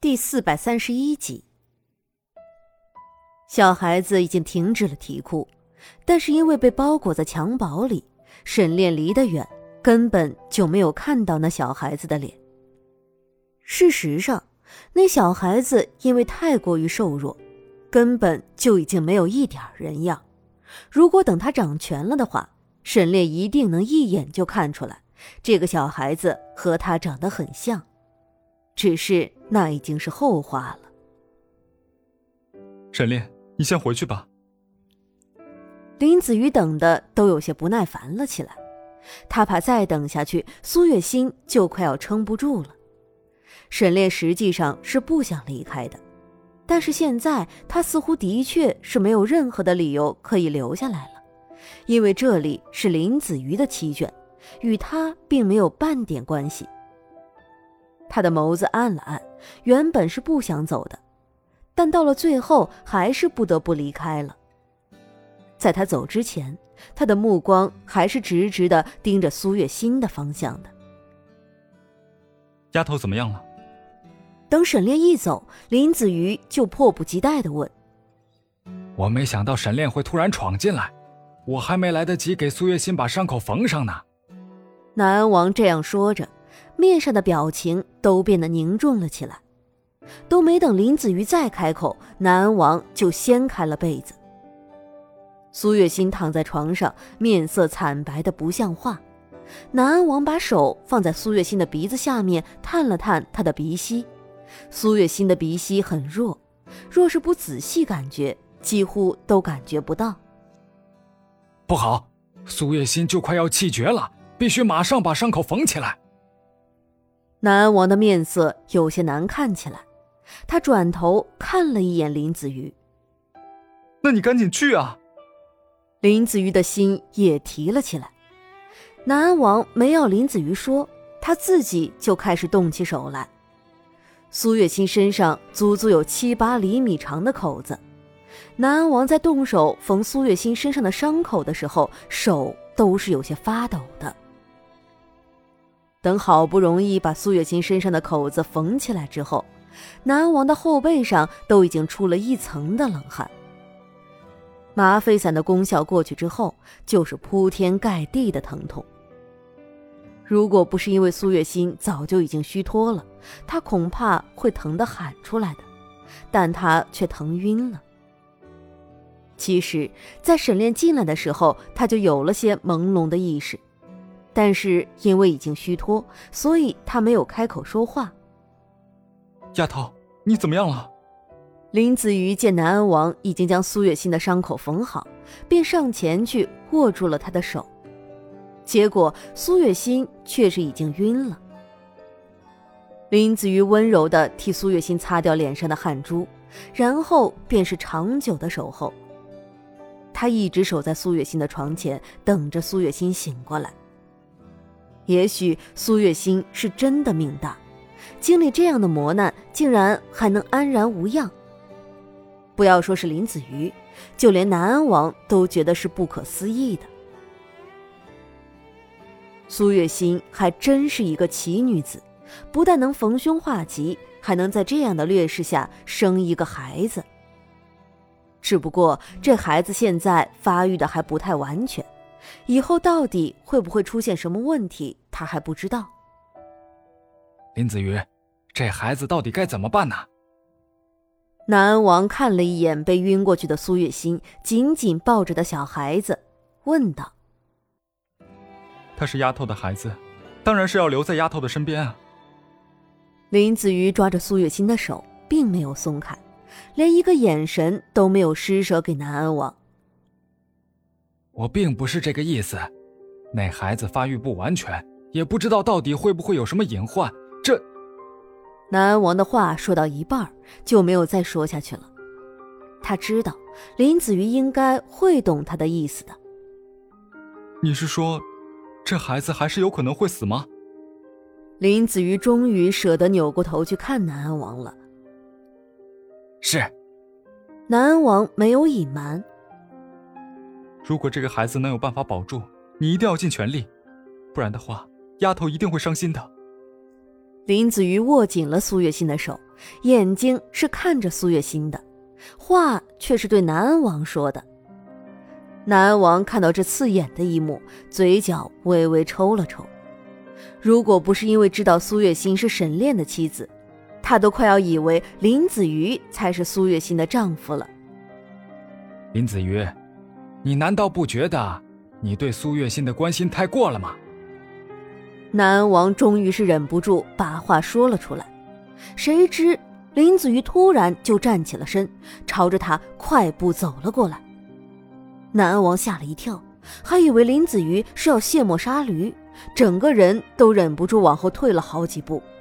第431集。小孩子已经停止了啼哭，但是因为被包裹在襁褓里，沈炼离得远，根本就没有看到那小孩子的脸。事实上，那小孩子因为太过于瘦弱，根本就已经没有一点人样。如果等他长全了的话，沈炼一定能一眼就看出来，这个小孩子和他长得很像。只是那已经是后话了。 沈炼，你先回去吧。 林子瑜等的都有些不耐烦了起来，他怕再等下去，苏月心就快要撑不住了。沈炼实际上是不想离开的，但是现在他似乎的确是没有任何的理由可以留下来了，因为这里是林子瑜的妻眷，与他并没有半点关系。他的眸子暗了暗，原本是不想走的，但到了最后还是不得不离开了。在他走之前，他的目光还是直直地盯着苏月心的方向的。 丫头怎么样了？ 等沈炼一走，林子瑜就迫不及待地问。 我没想到沈炼会突然闯进来，我还没来得及给苏月心把伤口缝上呢。 南安王这样说着，面上的表情都变得凝重了起来。都没等林子瑜再开口，南安王就掀开了被子。苏月心躺在床上，面色惨白的不像话。南安王把手放在苏月心的鼻子下面，探了探她的鼻息。苏月心的鼻息很弱，若是不仔细感觉，几乎都感觉不到。 不好，苏月心就快要气绝了，必须马上把伤口缝起来。 南安王的面色有些难看起来，他转头看了一眼林子瑜。 那你赶紧去啊！ 林子瑜的心也提了起来。南安王没要林子瑜说，他自己就开始动起手来。苏月心身上足足有7-8厘米长的口子，南安王在动手缝苏月心身上的伤口的时候，手都是有些发抖的。等好不容易把苏月心身上的口子缝起来之后，南安王的后背上都已经出了一层的冷汗。麻沸散的功效过去之后，就是铺天盖地的疼痛。如果不是因为苏月心早就已经虚脱了，他恐怕会疼得喊出来的，但他却疼晕了。其实在沈炼进来的时候，他就有了些朦胧的意识，但是因为已经虚脱，所以他没有开口说话。 丫头，你怎么样了？ 林子瑜见南安王已经将苏月心的伤口缝好，便上前去握住了他的手，结果苏月心却是已经晕了。林子瑜温柔地替苏月心擦掉脸上的汗珠，然后便是长久的守候。他一直守在苏月心的床前，等着苏月心醒过来。也许苏月心是真的命大，经历这样的磨难，竟然还能安然无恙。不要说是林子瑜，就连南安王都觉得是不可思议的。苏月心还真是一个奇女子，不但能逢凶化吉，还能在这样的劣势下生一个孩子。只不过这孩子现在发育的还不太完全，以后到底会不会出现什么问题，他还不知道。 林子瑜，这孩子到底该怎么办呢？ 南安王看了一眼被晕过去的苏月心，紧紧抱着的小孩子，问道： 他是丫头的孩子，当然是要留在丫头的身边啊。 林子瑜抓着苏月心的手，并没有松开，连一个眼神都没有施舍给南安王。 我并不是这个意思，那孩子发育不完全，也不知道到底会不会有什么隐患，这…… 南安王的话说到一半，就没有再说下去了。他知道林子瑜应该会懂他的意思的。 你是说，这孩子还是有可能会死吗？ 林子瑜终于舍得扭过头去看南安王了。 是。 南安王没有隐瞒。 如果这个孩子能有办法保住，你一定要尽全力，不然的话，丫头一定会伤心的。 林子瑜握紧了苏月心的手， 眼睛是看着苏月心的，话却是对南安王说的。南安王看到这刺眼的一幕，嘴角微微抽了抽。如果不是因为知道苏月心是沈炼的妻子，他都快要以为林子瑜才是苏月心的丈夫了。 林子瑜，你难道不觉得你对苏月心的关心太过了吗？ 南安王终于是忍不住把话说了出来，谁知林子瑜突然就站起了身，朝着他快步走了过来。南安王吓了一跳，还以为林子瑜是要卸磨杀驴，整个人都忍不住往后退了好几步。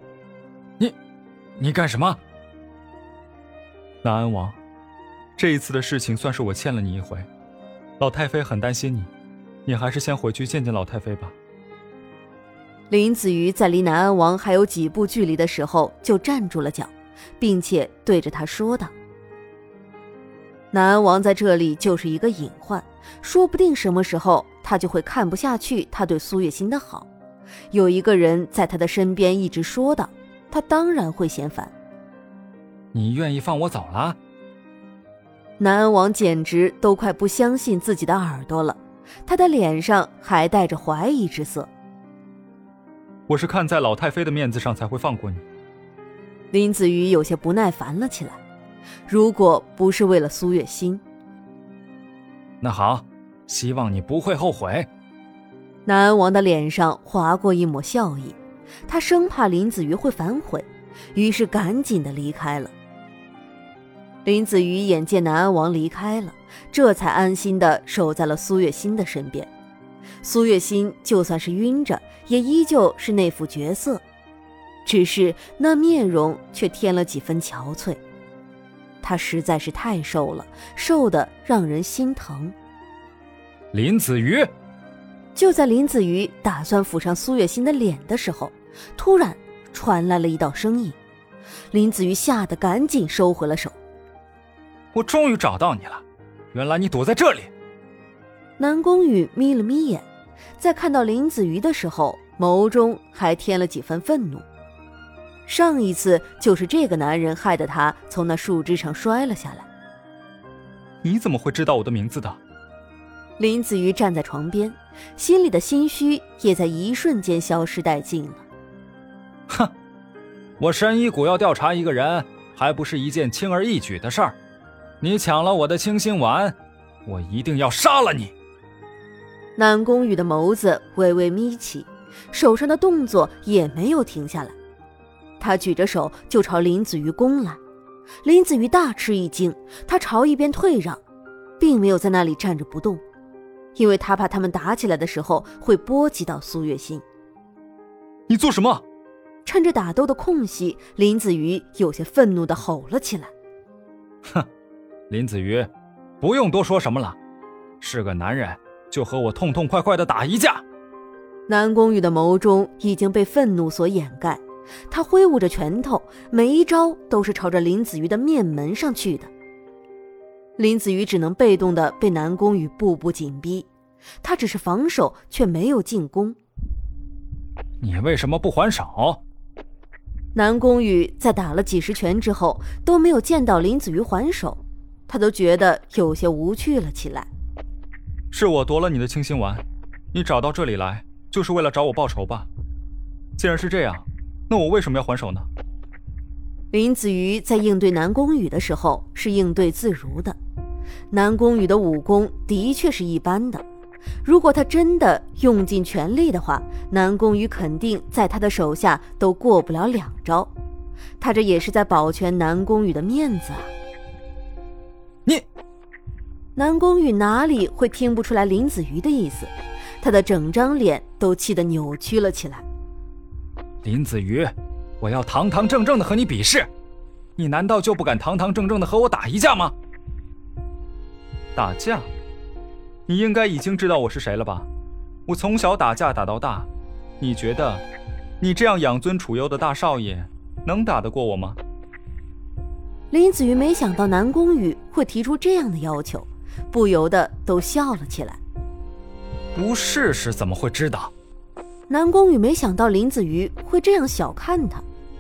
你干什么？ 南安王，这一次的事情算是我欠了你一回，老太妃很担心你，你还是先回去见见老太妃吧。 林子瑜在离南安王还有几步距离的时候就站住了脚，并且对着他说道：南安王在这里就是一个隐患，说不定什么时候他就会看不下去他对苏月心的好，有一个人在他的身边一直说道，他当然会嫌烦。 你愿意放我走了？ 南安王简直都快不相信自己的耳朵了，他的脸上还带着怀疑之色。 我是看在老太妃的面子上才会放过你。 林子瑜有些不耐烦了起来，如果不是为了苏月心。 那好，希望你不会后悔。 南安王的脸上划过一抹笑意，他生怕林子瑜会反悔，于是赶紧地离开了。林子瑜眼见南安王离开了，这才安心地守在了苏月心的身边。苏月心就算是晕着，也依旧是那副绝色，只是那面容却添了几分憔悴。她实在是太瘦了，瘦得让人心疼。 林子瑜！ 就在林子瑜打算抚上苏月心的脸的时候，突然传来了一道声音。林子瑜吓得赶紧收回了手。 我终于找到你了，原来你躲在这里。 南宫羽眯了眯眼，在看到林子瑜的时候，眸中还添了几分愤怒。上一次就是这个男人害得他从那树枝上摔了下来。 你怎么会知道我的名字的？ 林子瑜站在床边，心里的心虚也在一瞬间消失殆尽了。 哼，我神医谷要调查一个人，还不是一件轻而易举的事儿。你抢了我的清心丸，我一定要杀了你。 南宫羽的眸子微微眯起，手上的动作也没有停下来。他举着手就朝林子瑜攻来。林子瑜大吃一惊，他朝一边退让，并没有在那里站着不动，因为他怕他们打起来的时候会波及到苏月心。 你做什么？ 趁着打斗的空隙，林子瑜有些愤怒地吼了起来。 哼，林子瑜，不用多说什么了，是个男人就和我痛痛快快地打一架。 南宫羽的眸中已经被愤怒所掩盖，他挥舞着拳头，每一招都是朝着林子瑜的面门上去的。林子瑜只能被动地被南宫羽步步紧逼，他只是防守却没有进攻。 你为什么不还手？ 南宫羽在打了几十拳之后都没有见到林子瑜还手，他都觉得有些无趣了起来。 是我夺了你的清心丸，你找到这里来就是为了找我报仇吧？既然是这样，那我为什么要还手呢？ 林子瑜在应对南宫羽的时候是应对自如的，南宫羽的武功的确是一般的，如果他真的用尽全力的话，南宫羽肯定在他的手下都过不了2招，他这也是在保全南宫羽的面子啊。 你， 南宫羽哪里会听不出来林子瑜的意思，他的整张脸都气得扭曲了起来。 林子瑜，我要堂堂正正的和你比试，你难道就不敢堂堂正正的和我打一架吗？ 打架？你应该已经知道我是谁了吧？我从小打架打到大，你觉得你这样养尊处优的大少爷能打得过我吗？ 林子瑜没想到南宫羽会提出这样的要求，不由得都笑了起来。 不试试怎么会知道？ 南宫羽没想到林子瑜会这样小看他，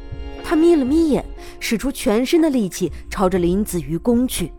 他眯了眯眼，使出全身的力气朝着林子瑜攻去。